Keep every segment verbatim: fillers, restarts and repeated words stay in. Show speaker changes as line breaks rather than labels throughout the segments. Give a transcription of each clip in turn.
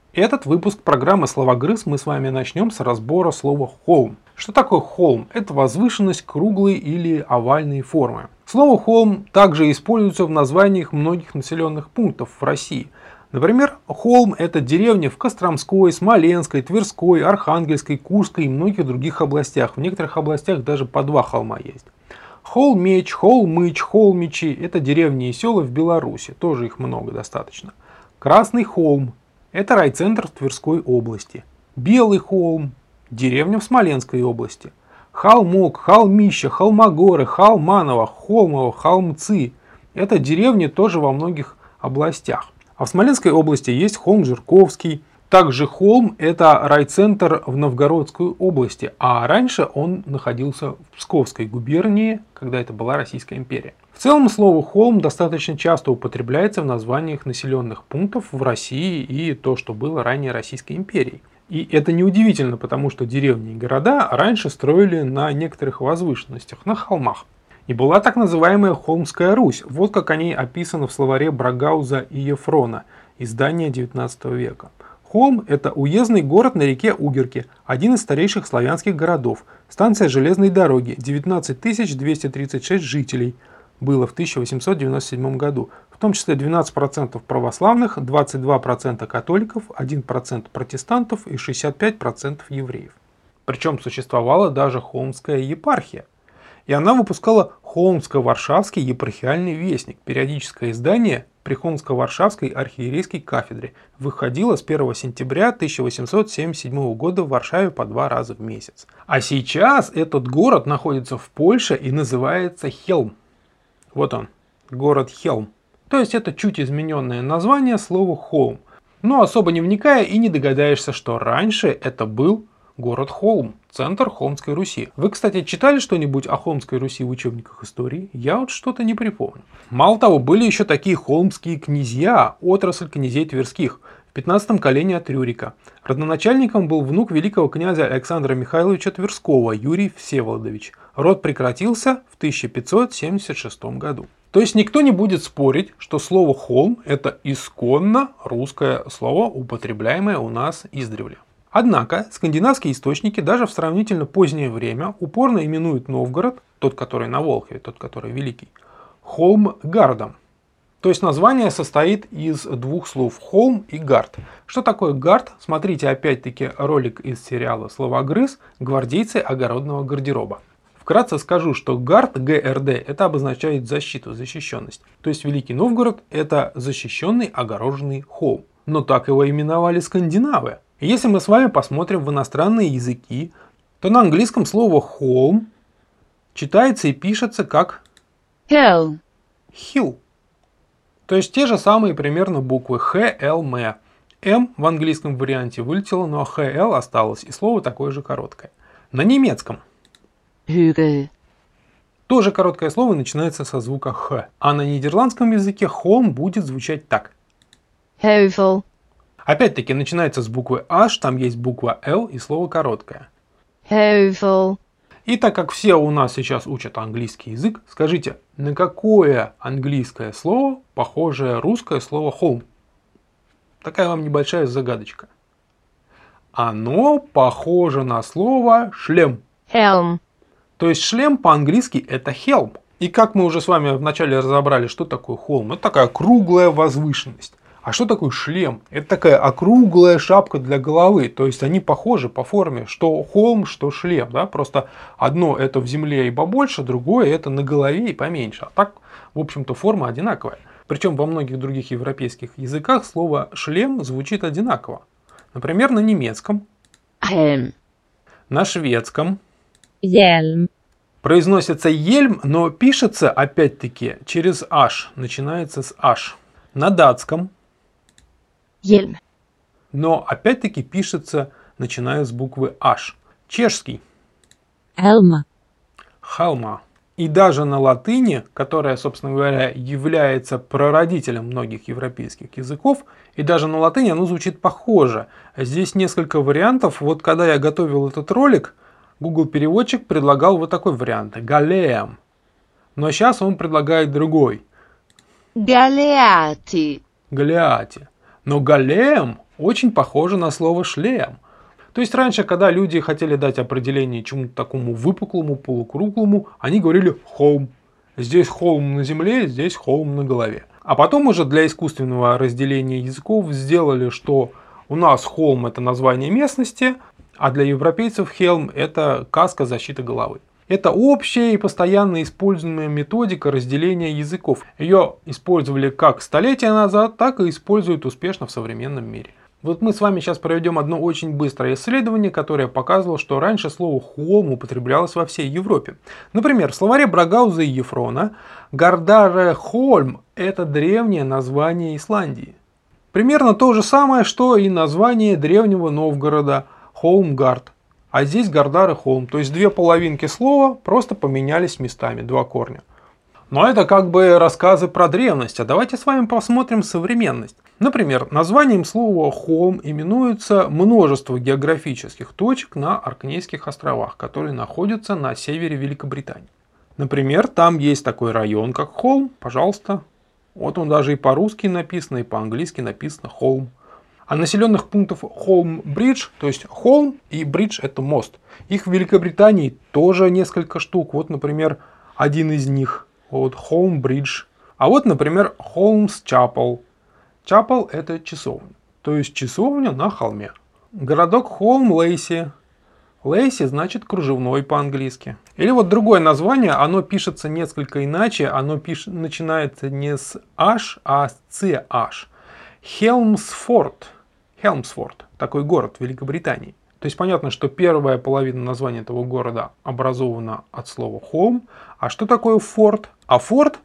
Этот выпуск программы «Словогрыз» мы с вами начнем с разбора слова «холм». Что такое холм? Это возвышенность круглой или овальной формы. Слово «холм» также используется в названиях многих населенных пунктов в России. Например, холм – это деревня в Костромской, Смоленской, Тверской, Архангельской, Курской и многих других областях. В некоторых областях даже по два холма есть. Холмеч, Холмыч, Холмичи – это деревни и села в Беларуси. Тоже их много достаточно. Красный холм – это райцентр в Тверской области. Белый холм – деревня в Смоленской области. Холмок, Холмища, Холмогоры, Холманово, Холмово, Холмцы – это деревни тоже во многих областях. А в Смоленской области есть холм Жирковский. Также холм – это райцентр в Новгородской области, а раньше он находился в Псковской губернии, когда это была Российская империя. В целом слово «холм» достаточно часто употребляется в названиях населенных пунктов в России и то, что было ранее Российской империей. И это неудивительно, потому что деревни и города раньше строили на некоторых возвышенностях, на холмах. И была так называемая Холмская Русь, вот как о ней описано в словаре Брагауза и Ефрона, издание девятнадцатого века. Холм – это уездный город на реке Угерке, один из старейших славянских городов, станция железной дороги, девятнадцать тысяч двести тридцать шесть жителей было в тысяча восемьсот девяносто седьмом году, в том числе двенадцать процентов православных, двадцать два процента католиков, один процент протестантов и шестьдесят пять процентов евреев. Причем существовала даже Холмская епархия. И она выпускала Холмско-Варшавский епархиальный вестник, периодическое издание при Холмско-Варшавской архиерейской кафедре. Выходило с первого сентября тысяча восемьсот семьдесят седьмого года в Варшаве по два раза в месяц. А сейчас этот город находится в Польше и называется Хелм. Вот он, город Хелм. То есть это чуть измененное название слова холм. Но особо не вникая и не догадаешься, что раньше это был город Холм, центр Холмской Руси. Вы, кстати, читали что-нибудь о Холмской Руси в учебниках истории? Я вот что-то не припомню. Мало того, были еще такие холмские князья, отрасль князей Тверских, в пятнадцатом колене от Рюрика. Родоначальником был внук великого князя Александра Михайловича Тверского, Юрий Всеволодович. Род прекратился в тысяча пятьсот семьдесят шестом году. То есть никто не будет спорить, что слово «холм» – это исконно русское слово, употребляемое у нас издревле. Однако скандинавские источники даже в сравнительно позднее время упорно именуют Новгород, тот, который на Волхове, тот, который великий, Холмгардом. То есть название состоит из двух слов «холм» и «гард». Что такое гард? Смотрите опять-таки ролик из сериала «Словогрыз. Гвардейцы огородного гардероба». Вкратце скажу, что гард, ГРД, это обозначает защиту, защищенность. То есть Великий Новгород – это защищенный огороженный холм. Но так его именовали скандинавы. И если мы с вами посмотрим в иностранные языки, то на английском слово холм читается и пишется как
hill.
hill. То есть те же самые примерно буквы Х, Л, М. М в английском варианте вылетело, но Х, Л осталось, и слово такое же короткое. На немецком
Hügel.
тоже короткое слово начинается со звука Х, а на нидерландском языке холм будет звучать так.
Heuvel.
Опять-таки начинается с буквы H, там есть буква L и слово короткое.
Heuvel.
И так как все у нас сейчас учат английский язык, скажите, на какое английское слово похожее русское слово холм? Такая вам небольшая загадочка. Оно похоже на слово шлем.
Helm.
То есть шлем по-английски это helm. И как мы уже с вами вначале разобрали, что такое холм, это такая круглая возвышенность. А что такое шлем? Это такая округлая шапка для головы. То есть они похожи по форме, что холм, что шлем. Да? Просто одно это в земле и побольше, другое это на голове и поменьше. А так, в общем-то, форма одинаковая. Причем во многих других европейских языках слово шлем звучит одинаково. Например, на немецком,
Helm.
на шведском
Hjelm.
произносится ельм, но пишется опять-таки через H, начинается с H. На датском
Hjelm.
но опять-таки пишется, начиная с буквы H. Чешский
Elma.
халма. И даже на латыни, которая, собственно говоря, является прародителем многих европейских языков, и даже на латыни оно звучит похоже. Здесь несколько вариантов. Вот когда я готовил этот ролик, Google переводчик предлагал вот такой вариант. Галеям. Но сейчас он предлагает другой.
Galeati.
Галиати. Но голем очень похоже на слово шлем. То есть раньше, когда люди хотели дать определение чему-то такому выпуклому, полукруглому, они говорили холм. Здесь холм на земле, здесь холм на голове. А потом уже для искусственного разделения языков сделали, что у нас холм — это название местности, а для европейцев хелм — это каска защиты головы. Это общая и постоянно используемая методика разделения языков. Ее использовали как столетия назад, так и используют успешно в современном мире. Вот мы с вами сейчас проведем одно очень быстрое исследование, которое показывало, что раньше слово «холм» употреблялось во всей Европе. Например, в словаре Брагауза и Ефрона Гардаре Хольм – это древнее название Исландии. Примерно то же самое, что и название древнего Новгорода Холмгард. А здесь Гардаре Холм, то есть две половинки слова просто поменялись местами, два корня. Но это как бы рассказы про древность, а давайте с вами посмотрим современность. Например, названием слова «холм» именуется множество географических точек на Оркнейских островах, которые находятся на севере Великобритании. Например, там есть такой район, как Холм, пожалуйста. Вот он даже и по-русски написан, и по-английски написано Холм. А населенных пунктов Холм-Бридж, то есть Холм и Бридж — это мост. Их в Великобритании тоже несколько штук. Вот, например, один из них. Вот Холм-Бридж. А вот, например, Холмс-Чапел. Чапел — это часовня. То есть часовня на холме. Городок Холм-Лейси. Лейси значит кружевной по-английски. Или вот другое название, оно пишется несколько иначе. Оно пиш... начинается не с H, а с C H. Хелмсфорд. Хелмсфорд. Такой город в Великобритании. То есть понятно, что первая половина названия этого города образована от слова холм. А что такое форд? А форд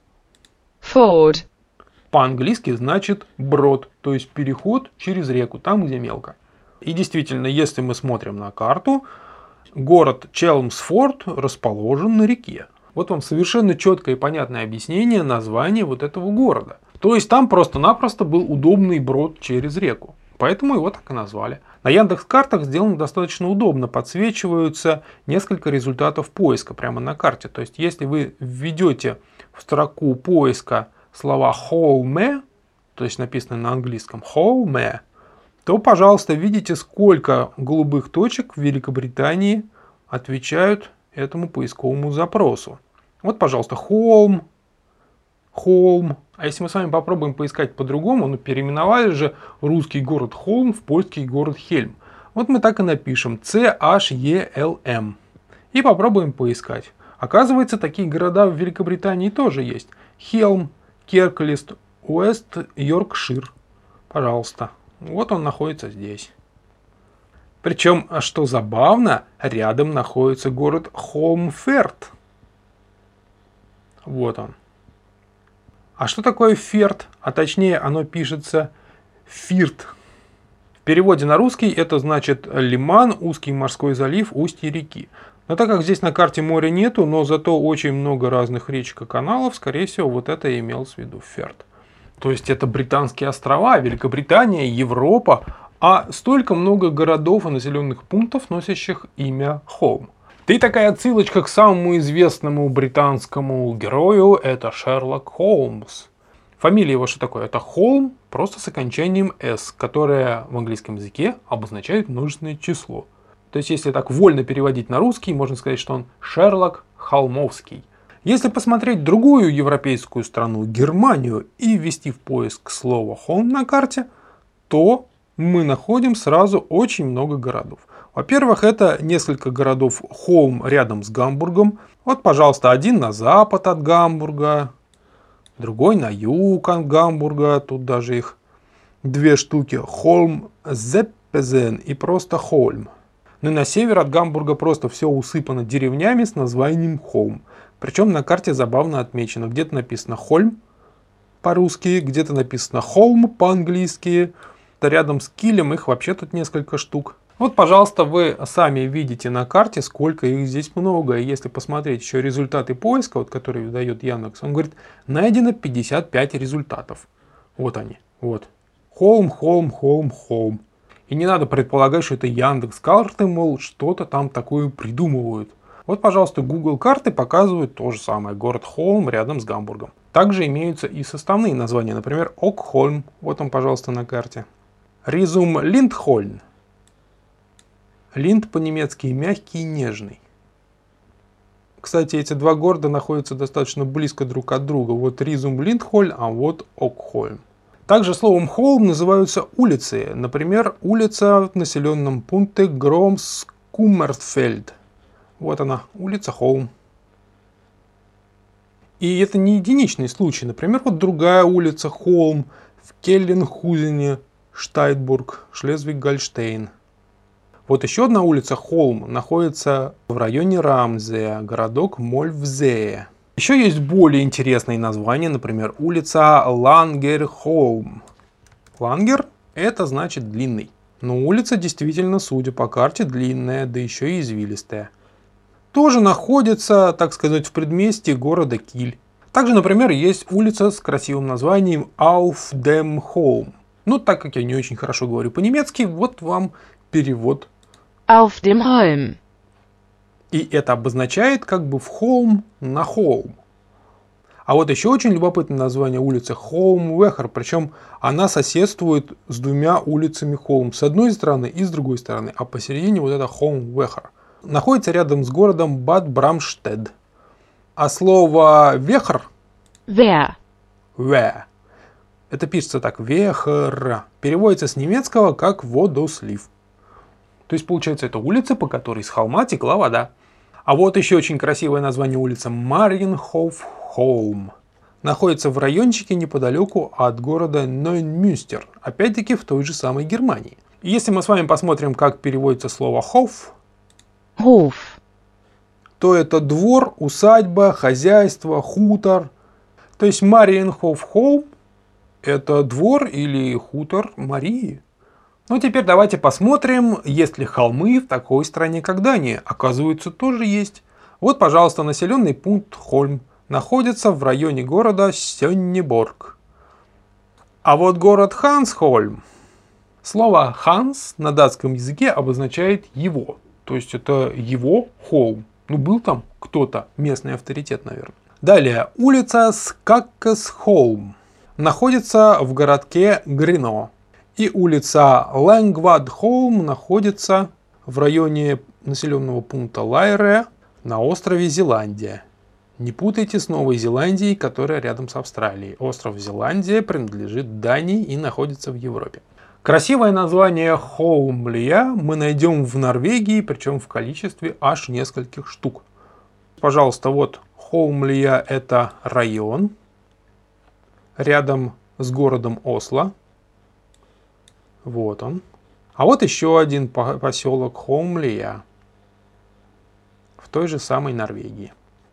Ford.
по-английски значит брод, то есть переход через реку, там, где мелко. И действительно, если мы смотрим на карту, город Челмсфорд расположен на реке. Вот вам совершенно четкое и понятное объяснение названия вот этого города. То есть там просто-напросто был удобный брод через реку. Поэтому его так и назвали. На Яндекс.Картах сделано достаточно удобно. Подсвечиваются несколько результатов поиска прямо на карте. То есть если вы введете в строку поиска слова «холме», то есть написано на английском «холме», то, пожалуйста, видите, сколько голубых точек в Великобритании отвечают этому поисковому запросу. Вот, пожалуйста, холм, холм. А если мы с вами попробуем поискать по-другому, ну, переименовали же русский город Холм в польский город Хельм. Вот мы так и напишем C H E L M. И попробуем поискать. Оказывается, такие города в Великобритании тоже есть. Хелм, Керклист, Уэст Йоркшир. Пожалуйста. Вот он находится здесь. Причем, что забавно, рядом находится город Холмферд. Вот он. А что такое ферд? А точнее, оно пишется фирт. В переводе на русский это значит лиман, узкий морской залив, устье реки. Но так как здесь на карте моря нету, но зато очень много разных речек и каналов, скорее всего, вот это и имелось в виду ферд. То есть это британские острова, Великобритания, Европа, а столько много городов и населенных пунктов, носящих имя Холм. И такая отсылочка к самому известному британскому герою, это Шерлок Холмс. Фамилия его что такое? Это Холм, просто с окончанием S, которое в английском языке обозначает множественное число. То есть, если так вольно переводить на русский, можно сказать, что он Шерлок Холмовский. Если посмотреть другую европейскую страну, Германию, и ввести в поиск слово «холм» на карте, то мы находим сразу очень много городов. Во-первых, это несколько городов Холм рядом с Гамбургом. Вот, пожалуйста, один на запад от Гамбурга, другой на юг от Гамбурга. Тут даже их две штуки. Холм-Зеппезен и просто Хольм. Ну и на север от Гамбурга просто все усыпано деревнями с названием Холм. Причем на карте забавно отмечено. Где-то написано Хольм по-русски, где-то написано Холм по-английски. Рядом с Килем их вообще тут несколько штук. Вот, пожалуйста, вы сами видите на карте, сколько их здесь много. И если посмотреть еще результаты поиска, вот, которые выдает Яндекс, он говорит, найдено пятьдесят пять результатов. Вот они. Вот. Холм, холм, холм, холм. И не надо предполагать, что это Яндекс.Карты, мол, что-то там такое придумывают. Вот, пожалуйста, Google карты показывают то же самое. Город Холм рядом с Гамбургом. Также имеются и составные названия. Например, Окхольм. Вот он, пожалуйста, на карте. Ризум Линдхольм. Линд по-немецки мягкий и нежный. Кстати, эти два города находятся достаточно близко друг от друга. Вот Ризум Линдхольм, а вот Окхольм. Также словом холм называются улицы. Например, улица в населенном пункте Громскуммерфельд. Вот она, улица Холм. И это не единичный случай. Например, вот другая улица Холм в Келленхузене, Штайтбург, Шлезвиг-Гольштейн. Вот еще одна улица Холм находится в районе Рамзея, городок Мольвзее. Еще есть более интересные названия, например, улица Лангерхолм. Лангер – это значит длинный. Но улица действительно, судя по карте, длинная, да еще и извилистая. Тоже находится, так сказать, в предместье города Киль. Также, например, есть улица с красивым названием Auf dem Holm. Ну, так как я не очень хорошо говорю по-немецки, вот вам перевод.
Auf dem Holm.
И это обозначает как бы в холм на холм. А вот еще очень любопытное название улицы Холмвехер, причем она соседствует с двумя улицами Холм с одной стороны и с другой стороны, а посередине вот это Холмвехер. Находится рядом с городом Бад Брамштедт. А слово вехер,
Wer.
ве, это пишется так, вехер, переводится с немецкого как водослив. То есть получается это улица, по которой с холма текла вода. А вот еще очень красивое название улицы Мариенхоф-Холм. Находится в райончике неподалеку от города Нойнмюстер, опять-таки в той же самой Германии. И если мы с вами посмотрим, как переводится слово «хоф»,
Hof.
то это двор, усадьба, хозяйство, хутор. То есть Мариенхоф-Холм – это двор или хутор Марии. Ну, теперь давайте посмотрим, есть ли холмы в такой стране, как Дания. Оказывается, тоже есть. Вот, пожалуйста, населенный пункт Хольм находится в районе города Сённеборг. А вот город Хансхольм. Слово «Ханс» на датском языке обозначает «его». То есть это его холм. Ну, был там кто-то, местный авторитет, наверное. Далее, улица Скаккесхолм находится в городке Грино. И улица Лэнгвадхолм находится в районе населенного пункта Лайре на острове Зеландия. Не путайте с Новой Зеландией, которая рядом с Австралией. Остров Зеландия принадлежит Дании и находится в Европе. Красивое название Холмлия мы найдем в Норвегии, причем в количестве аж нескольких штук. Пожалуйста, вот Холмлия – это район рядом с городом Осло. Вот он. А вот еще один поселок Холмлия в той же самой Норвегии.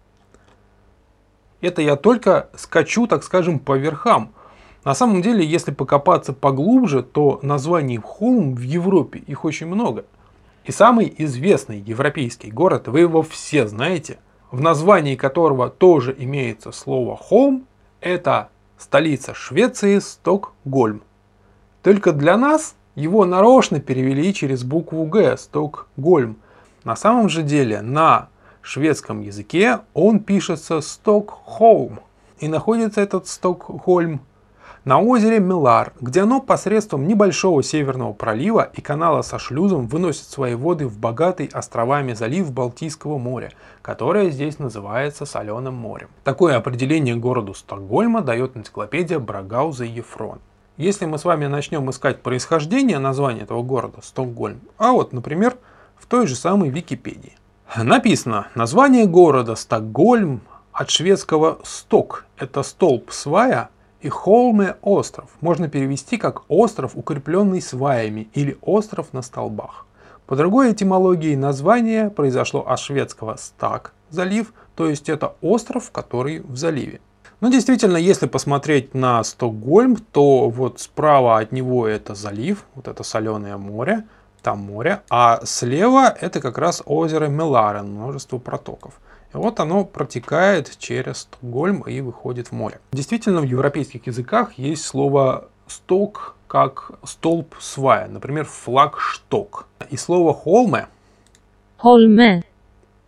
Это я только скачу, так скажем, по верхам. На самом деле, если покопаться поглубже, то названий холм в Европе их очень много. И самый известный европейский город, вы его все знаете, в названии которого тоже имеется слово холм, это столица Швеции Стокгольм. Только для нас его нарочно перевели через букву Г, Стокгольм. На самом же деле на шведском языке он пишется Стокхолм. И находится этот Стокгольм на озере Мелар, где оно посредством небольшого северного пролива и канала со шлюзом выносит свои воды в богатый островами залив Балтийского моря, которое здесь называется Соленым морем. Такое определение городу Стокгольма дает энциклопедия Брагауза и Ефрон. Если мы с вами начнем искать происхождение названия этого города Стокгольм, а вот, например, в той же самой Википедии, написано: название города Стокгольм от шведского «сток» – это столб, свая, и «холме» – остров. Можно перевести как «остров, укрепленный сваями» или «остров на столбах». По другой этимологии название произошло от шведского «стак» – залив, то есть это остров, который в заливе. Но действительно, если посмотреть на Стокгольм, то вот справа от него это залив, вот это соленое море, там море, а слева это как раз озеро Меларен, множество протоков. И вот оно протекает через Стокгольм и выходит в море. Действительно, в европейских языках есть слово «сток» как столб свая, например, флагшток. И слово «холме»
Holme.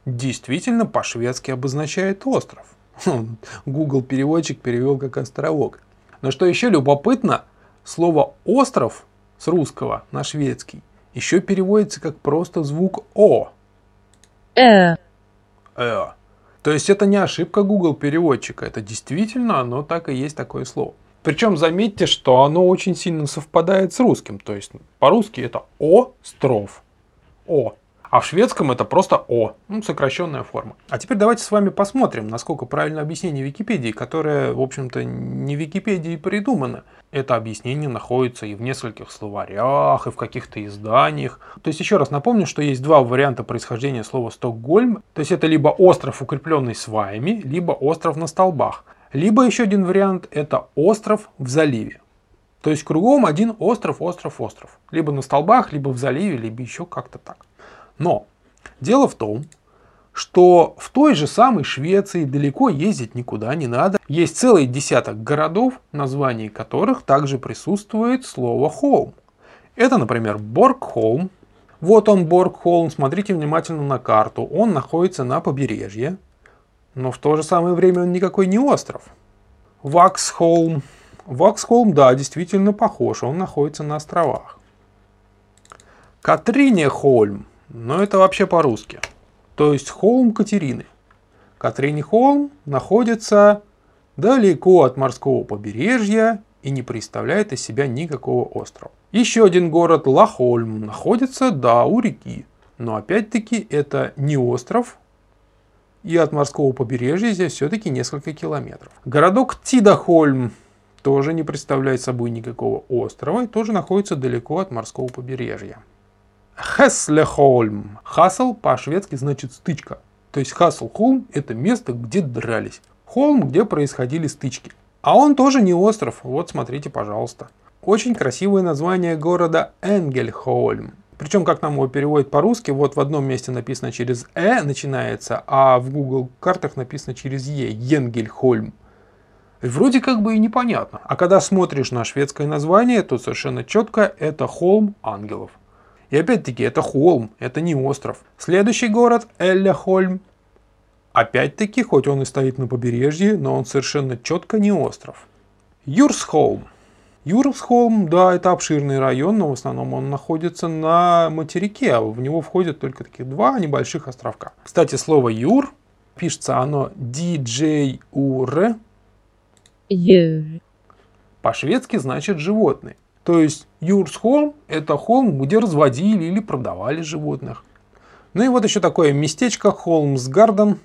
действительно по-шведски обозначает остров. Google переводчик перевел как островок. Но что еще любопытно, слово остров с русского на шведский еще переводится как просто звук О.
Ö.
Э. То есть это не ошибка Google переводчика, это действительно оно так и есть такое слово. Причем заметьте, что оно очень сильно совпадает с русским. То есть по-русски это остров. О. А в шведском это просто О, ну, сокращенная форма. А теперь давайте с вами посмотрим, насколько правильно объяснение Википедии, которое, в общем-то, не Википедией придумано. Это объяснение находится и в нескольких словарях, и в каких-то изданиях. То есть еще раз напомню, что есть два варианта происхождения слова Стокгольм. То есть это либо остров, укрепленный сваями, либо остров на столбах. Либо еще один вариант – это остров в заливе. То есть кругом один остров, остров, остров. Либо на столбах, либо в заливе, либо еще как-то так. Но дело в том, что в той же самой Швеции далеко ездить никуда не надо. Есть целый десяток городов, в названии которых также присутствует слово «холм». Это, например, Боргхолм. Вот он, Боргхолм, смотрите внимательно на карту. Он находится на побережье, но в то же самое время он никакой не остров. Ваксхолм. Ваксхолм, да, действительно похож, он находится на островах. Катринехольм. Но это вообще по-русски. То есть холм Катерины. Катринехольм находится далеко от морского побережья и не представляет из себя никакого острова. Еще один город Лахольм находится, да, у реки. Но опять-таки это не остров. И от морского побережья здесь все-таки несколько километров. Городок Тидахольм тоже не представляет собой никакого острова и тоже находится далеко от морского побережья. Хеслехольм. Хасл по-шведски значит стычка. То есть Хаслхолм – это место, где дрались. Холм, где происходили стычки. А он тоже не остров. Вот смотрите, пожалуйста. Очень красивое название города Энгельхольм. Причем, как нам его переводят по-русски, вот в одном месте написано через «э» начинается, а в Google картах написано через «е» – Енгельхольм. Вроде как бы и непонятно. А когда смотришь на шведское название, то совершенно четко это холм ангелов. И опять-таки это холм, это не остров. Следующий город Эллехольм. Опять-таки, хоть он и стоит на побережье, но он совершенно четко не остров. Юрсхолм. Юрсхолм, да, это обширный район, но в основном он находится на материке, а в него входят только таких два небольших островка. Кстати, слово юр, пишется оно ди-джей-у-р.
Djur.
По-шведски значит животный. То есть Юрсхолм – это холм, где разводили или продавали животных. Ну и вот еще такое местечко Холмсгарден.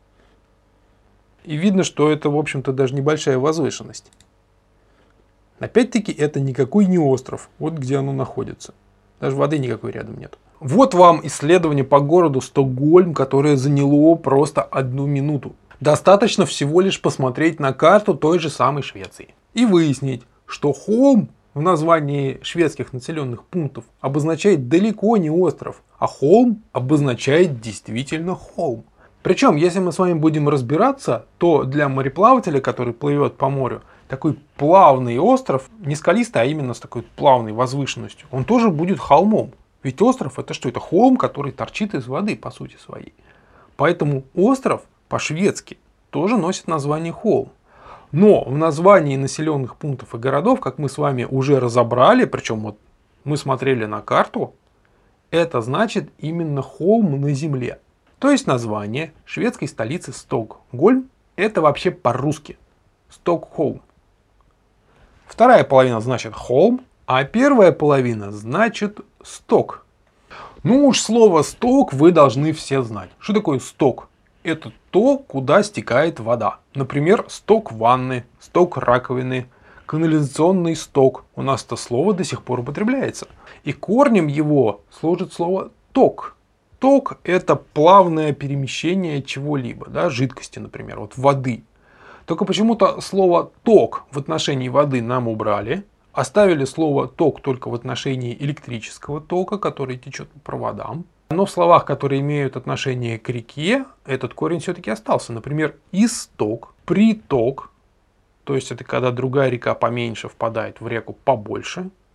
И видно, что это, в общем-то, даже небольшая возвышенность. Опять-таки, это никакой не остров, вот где оно находится. Даже воды никакой рядом нет. Вот вам исследование по городу Стокгольм, которое заняло просто одну минуту. Достаточно всего лишь посмотреть на карту той же самой Швеции. И выяснить, что холм в названии шведских населенных пунктов обозначает далеко не остров, а холм обозначает действительно холм. Причем, если мы с вами будем разбираться, то для мореплавателя, который плывет по морю, такой плавный остров, не скалистый, а именно с такой плавной возвышенностью, он тоже будет холмом. Ведь остров это что? Это холм, который торчит из воды, по сути своей. Поэтому остров по-шведски тоже носит название холм. Но в названии населенных пунктов и городов, как мы с вами уже разобрали, причем вот мы смотрели на карту, это значит именно холм на земле. То есть название шведской столицы Стокгольм это вообще по-русски Стокхолм. Вторая половина значит холм, а первая половина значит сток. Ну уж слово сток вы должны все знать. Что такое сток? Это то, куда стекает вода. Например, сток ванны, сток раковины, канализационный сток. У нас это слово до сих пор употребляется. И корнем его служит слово ток. Ток – это плавное перемещение чего-либо, да, жидкости, например, вот воды. Только почему-то слово ток в отношении воды нам убрали. Оставили слово ток только в отношении электрического тока, который течет по проводам. Но в словах, которые имеют отношение к реке, этот корень все-таки остался. Например, исток, приток, то есть это когда другая река поменьше впадает в реку побольше.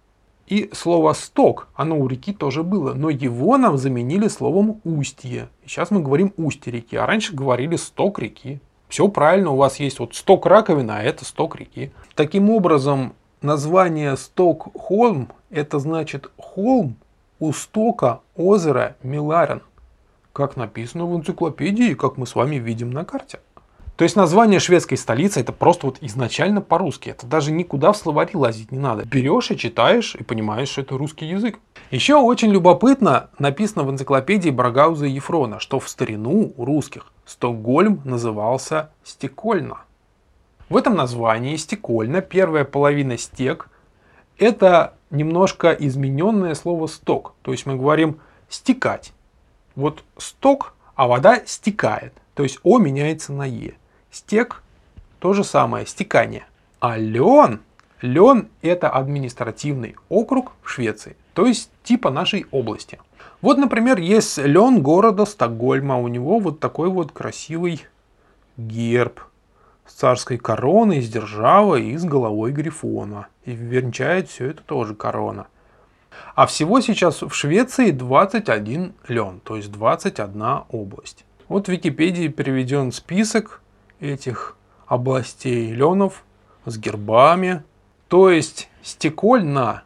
И слово «сток», оно у реки тоже было, но его нам заменили словом «устье». И сейчас мы говорим «устье реки», а раньше говорили «сток реки». Все правильно, у вас есть вот сток раковины, а это сток реки. Таким образом, название Стокгольм – это значит холм у стока озера Мälaren, как написано в энциклопедии, как мы с вами видим на карте. То есть название шведской столицы это просто вот изначально по-русски. Это даже никуда в словари лазить не надо. Берешь и читаешь, и понимаешь, что это русский язык. Еще очень любопытно написано в энциклопедии Брагауза и Ефрона, что в старину у русских Стокгольм назывался Стекольна. В этом названии Стекольна, первая половина стек, это немножко измененное слово сток. То есть мы говорим стекать. Вот сток, а вода стекает. То есть О меняется на Е. Стек то же самое, стекание. А Лён, Лён это административный округ в Швеции. То есть типа нашей области. Вот, например, есть Лён города Стокгольма. У него вот такой вот красивый герб с царской короной, с державой и с головой грифона. И венчает все это тоже корона. А всего сейчас в Швеции двадцать один Лён, то есть двадцать одна область. Вот в Википедии приведен список этих областей Лёнов с гербами. То есть Стекольна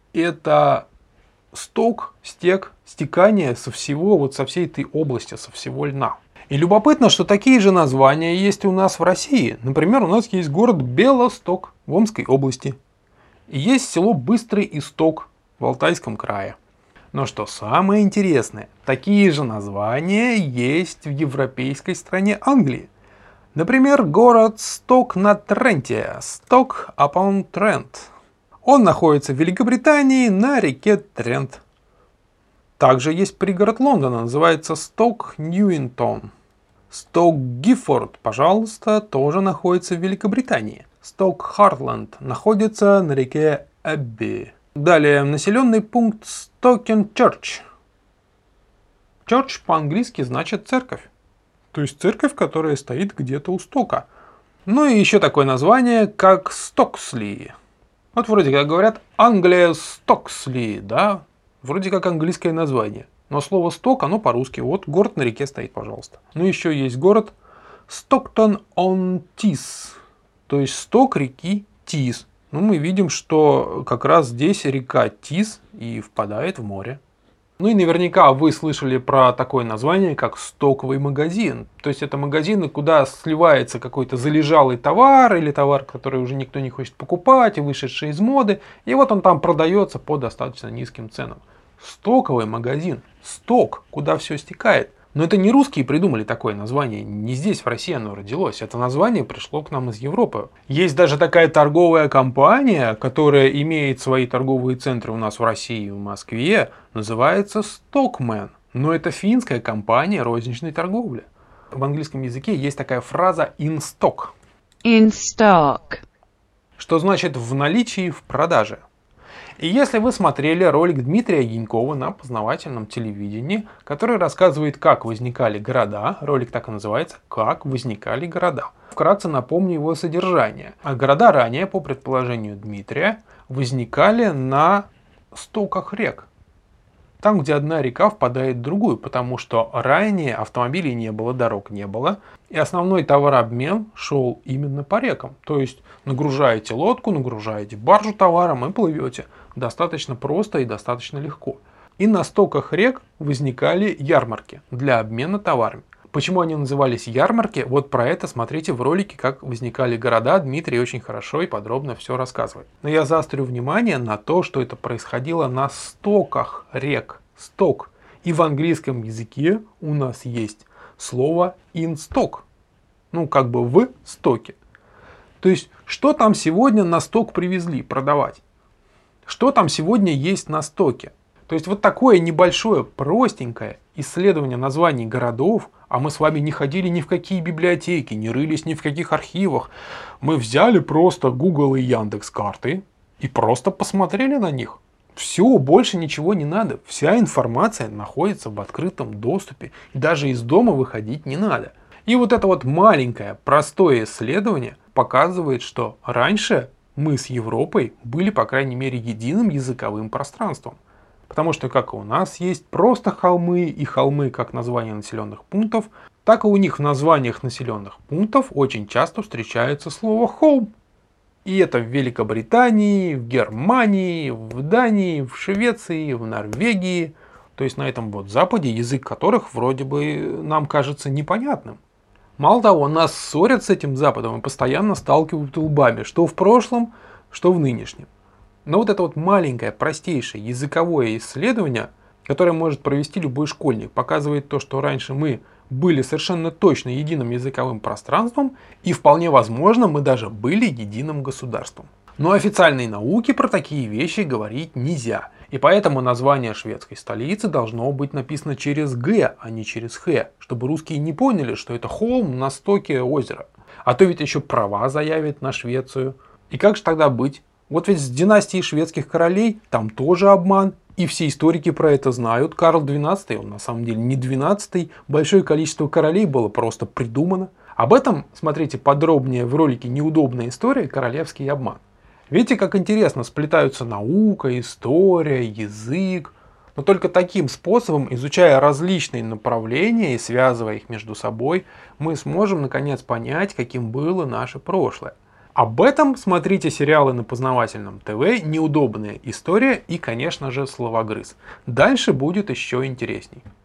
это сток, стек, стекание со всего, вот со всей этой области, со всего льна. И любопытно, что такие же названия есть у нас в России. Например, у нас есть город Белосток в Омской области. И есть село Быстрый Исток в Алтайском крае. Но что самое интересное, такие же названия есть в европейской стране Англии. Например, город Сток-на-Тренте, Stoke-upon-Trent. Он находится в Великобритании на реке Трент. Также есть пригород Лондона, называется Сток-Ньюингтон. Сток-Гиффорд, пожалуйста, тоже находится в Великобритании. Сток-Хартленд находится на реке Эбби. Далее, населенный пункт Стокенчерч. Church по-английски значит церковь. То есть церковь, которая стоит где-то у стока. Ну и еще такое название, как Стоксли. Вот вроде как говорят Англия Стоксли, да? Вроде как английское название. Но слово сток, оно по-русски. Вот город на реке стоит, пожалуйста. Ну еще есть город Стоктон-он-Тис. То есть сток реки Тис. Ну, мы видим, что как раз здесь река Тис и впадает в море. Ну и наверняка вы слышали про такое название, как стоковый магазин. То есть это магазины, куда сливается какой-то залежалый товар или товар, который уже никто не хочет покупать, и вышедший из моды. И вот он там продается по достаточно низким ценам. Стоковый магазин. Сток, куда все стекает. Но это не русские придумали такое название, не здесь в России оно родилось. Это название пришло к нам из Европы. Есть даже такая торговая компания, которая имеет свои торговые центры у нас в России и в Москве, называется Stockman. Но это финская компания розничной торговли. В английском языке есть такая фраза in stock.
In stock.
Что значит в наличии, в продаже. И если вы смотрели ролик Дмитрия Янькова на познавательном телевидении, который рассказывает, как возникали города, ролик так и называется «Как возникали города». Вкратце напомню его содержание. А города ранее, по предположению Дмитрия, возникали на стоках рек. Там, где одна река впадает в другую, потому что ранее автомобилей не было, дорог не было, и основной товарообмен шел именно по рекам. То есть нагружаете лодку, нагружаете баржу товаром и плывете. Достаточно просто и достаточно легко. И на стоках рек возникали ярмарки для обмена товарами. Почему они назывались ярмарки? Вот про это смотрите в ролике, как возникали города. Дмитрий очень хорошо и подробно все рассказывает. Но я заострю внимание на то, что это происходило на стоках рек. Сток. И в английском языке у нас есть слово in stock. Ну, как бы в стоке. То есть, что там сегодня на сток привезли продавать? Что там сегодня есть на стоке? То есть, вот такое небольшое, простенькое исследование названий городов, а мы с вами не ходили ни в какие библиотеки, не рылись ни в каких архивах. Мы взяли просто Google и Яндекс.Карты и просто посмотрели на них. Все, больше ничего не надо. Вся информация находится в открытом доступе. И даже из дома выходить не надо. И вот это вот маленькое, простое исследование показывает, что раньше мы с Европой были, по крайней мере, единым языковым пространством. Потому что как и у нас есть просто холмы и холмы как название населенных пунктов, так и у них в названиях населенных пунктов очень часто встречается слово «холм». И это в Великобритании, в Германии, в Дании, в Швеции, в Норвегии. То есть на этом вот Западе, язык которых вроде бы нам кажется непонятным. Мало того, нас ссорят с этим Западом и постоянно сталкивают лбами, что в прошлом, что в нынешнем. Но вот это вот маленькое, простейшее языковое исследование, которое может провести любой школьник, показывает то, что раньше мы были совершенно точно единым языковым пространством, и вполне возможно мы даже были единым государством. Но официальной науке про такие вещи говорить нельзя, и поэтому название шведской столицы должно быть написано через «г», а не через «х», чтобы русские не поняли, что это холм на стоке озера. А то ведь еще права заявят на Швецию. И как же тогда быть? Вот ведь с династией шведских королей там тоже обман. И все историки про это знают. Карл двенадцатый, он на самом деле не двенадцатый. Большое количество королей было просто придумано. Об этом смотрите подробнее в ролике «Неудобная история. Королевский обман». Видите, как интересно сплетаются наука, история, язык. Но только таким способом, изучая различные направления и связывая их между собой, мы сможем наконец понять, каким было наше прошлое. Об этом смотрите сериалы на Познавательном ТВ «Неудобная история» и, конечно же, «Словогрыз». Дальше будет еще интересней.